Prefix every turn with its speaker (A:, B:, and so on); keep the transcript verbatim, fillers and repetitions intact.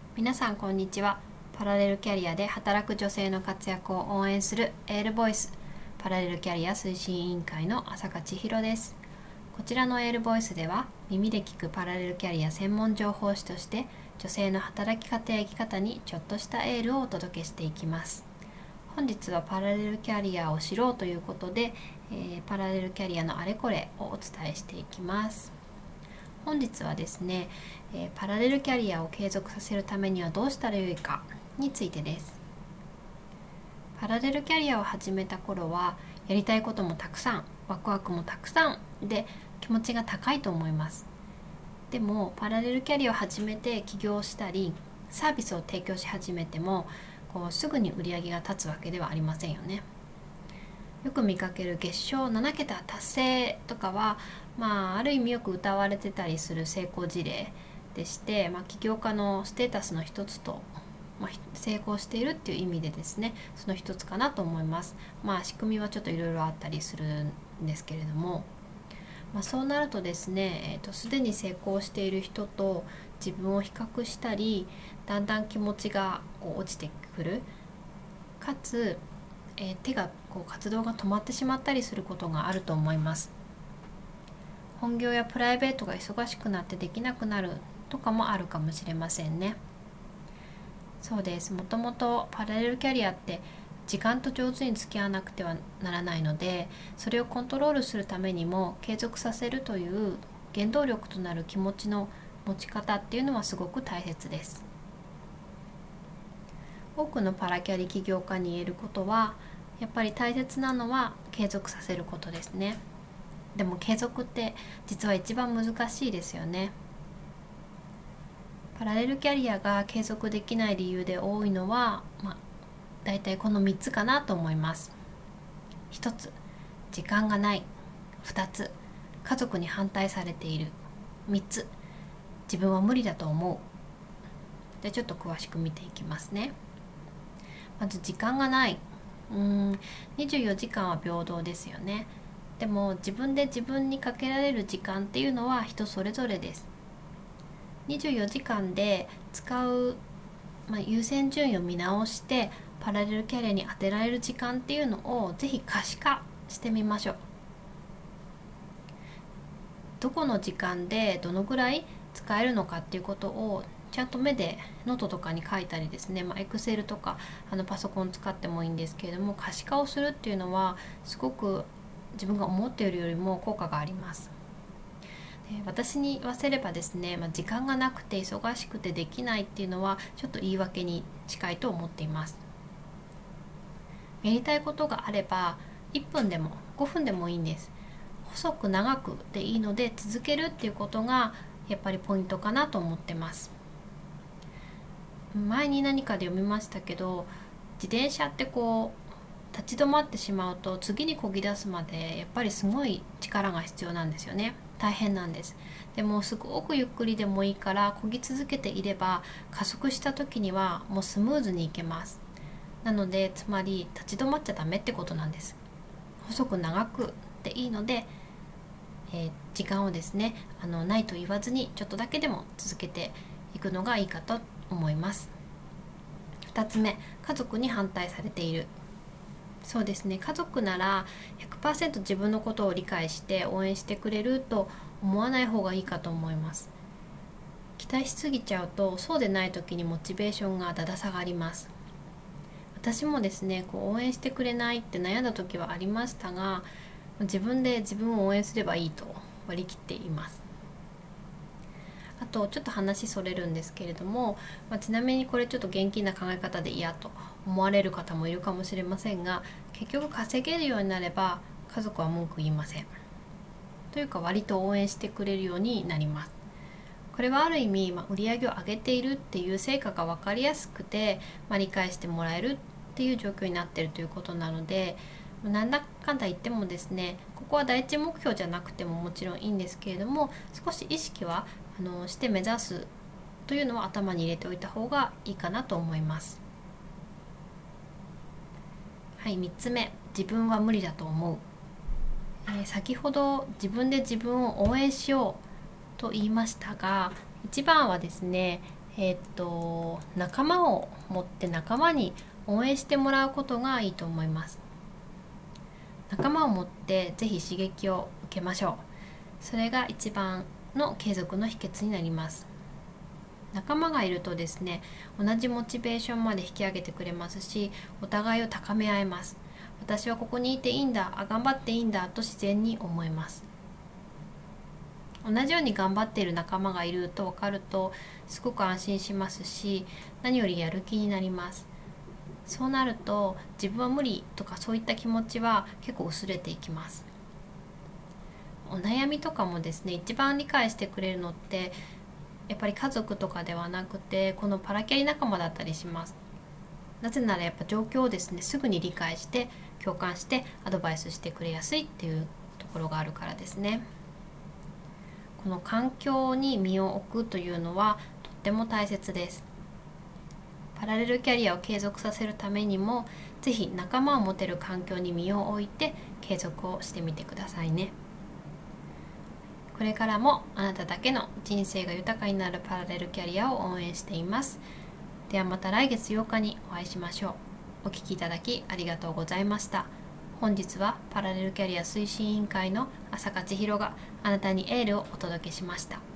A: 皆さんこんにちは。パラレルキャリアで働く女性の活躍を応援するエールボイスパラレルキャリア推進委員会の浅香千尋です。こちらのエールボイスでは耳で聞くパラレルキャリア専門情報誌として女性の働き方や生き方にちょっとしたエールをお届けしていきます。本日はパラレルキャリアを知ろうということで、えー、パラレルキャリアのあれこれをお伝えしていきます。本日はですね、えー、パラレルキャリアを継続させるためにはどうしたらよいかについてです。パラレルキャリアを始めた頃はやりたいこともたくさん、ワクワクもたくさんで気持ちが高いと思います。でもパラレルキャリアを始めて起業したりサービスを提供し始めてもこうすぐに売り上げが立つわけではありませんよね。よく見かける月賞ななけた達成とかは、まあ、ある意味よく謳われてたりする成功事例でして、まあ、起業家のステータスの一つと、まあ、成功しているっていう意味でですね、その一つかなと思います。まあ仕組みはちょっといろいろあったりするんですけれども、まあ、そうなるとですね、えーと、すでに成功している人と自分を比較したり、だんだん気持ちがこう落ちてくる、かつえー、手がこう活動が止まってしまったりすることがあると思います。本業やプライベートが忙しくなってできなくなるとかもあるかもしれませんね。そうです。もともとパラレルキャリアって時間と上手に付き合わなくてはならないので、それをコントロールするためにも継続させるという原動力となる気持ちの持ち方っていうのはすごく大切です。多くのパラキャリ起業家に言えることは、やっぱり大切なのは継続させることですね。でも継続って実は一番難しいですよね。パラレルキャリアが継続できない理由で多いのは、まあ、だいたいこのみっつかなと思います。ひとつ、時間がない。ふたつ、家族に反対されている。みっつ、自分は無理だと思う。じゃあちょっと詳しく見ていきますね。まず時間がない。うーんにじゅうよじかんは平等ですよね。でも自分で自分にかけられる時間っていうのは人それぞれです。にじゅうよじかんで使う、まあ、優先順位を見直してパラレルキャリアに当てられる時間っていうのをぜひ可視化してみましょう。どこの時間でどのぐらい使えるのかっていうことをちゃんと目でノートとかに書いたりですね、まあ、Excel とかあのパソコン使ってもいいんですけれども、可視化をするっていうのはすごく自分が思っているよりも効果があります。で、私に言わせればですね、まあ、時間がなくて忙しくてできないっていうのはちょっと言い訳に近いと思っています。やりたいことがあればいっぷんでもごふんでもいいんです。細く長くでいいので続けるっていうことがやっぱりポイントかなと思ってます。前に何かで読みましたけど、自転車ってこう立ち止まってしまうと次に漕ぎ出すまでやっぱりすごい力が必要なんですよね。大変なんです。でもすごくゆっくりでもいいから漕ぎ続けていれば加速した時にはもうスムーズにいけます。なのでつまり立ち止まっちゃダメってことなんです。細く長くでいいので、えー、時間をですねあのないと言わずにちょっとだけでも続けていくのがいいかと思います。ふたつめ、家族に反対されている。そうですね、家族なら ひゃくパーセント 自分のことを理解して応援してくれると思わない方がいいかと思います。期待しすぎちゃうとそうでない時にモチベーションがだだ下がります。私もですねこう応援してくれないって悩んだ時はありましたが、自分で自分を応援すればいいと割り切っています。あとちょっと話それるんですけれども、まあ、ちなみにこれちょっと現金な考え方で嫌と思われる方もいるかもしれませんが、結局稼げるようになれば家族は文句言いません。というか割と応援してくれるようになります。これはある意味、まあ、売り上げを上げているっていう成果が分かりやすくて、まあ、理解してもらえるっていう状況になっているということなので、なんだかんだ言ってもですね、ここは第一目標じゃなくてももちろんいいんですけれども、少し意識はあのして目指すというのは頭に入れておいた方がいいかなと思います。はい、みっつめ、自分は無理だと思う。えー、先ほど自分で自分を応援しようと言いましたが、一番はですね、 えーっと仲間を持って仲間に応援してもらうことがいいと思います。仲間を持ってぜひ刺激を受けましょう。それが一番の継続の秘訣になります。仲間がいるとですね、同じモチベーションまで引き上げてくれますし、お互いを高め合えます。私はここにいていいんだ、あ頑張っていいんだと自然に思います。同じように頑張っている仲間がいると分かるとすごく安心しますし、何よりやる気になります。そうなると自分は無理とかそういった気持ちは結構薄れていきます。お悩みとかもですね、一番理解してくれるのってやっぱり家族とかではなくて、このパラキャリ仲間だったりします。なぜならやっぱ状況をですね、すぐに理解して共感してアドバイスしてくれやすいっていうところがあるからですね。この環境に身を置くというのはとっても大切です。パラレルキャリアを継続させるためにも、ぜひ仲間を持てる環境に身を置いて継続をしてみてくださいね。これからもあなただけの人生が豊かになるパラレルキャリアを応援しています。ではまた来月ようかにお会いしましょう。お聞きいただきありがとうございました。本日はパラレルキャリア推進委員会の浅香千尋があなたにエールをお届けしました。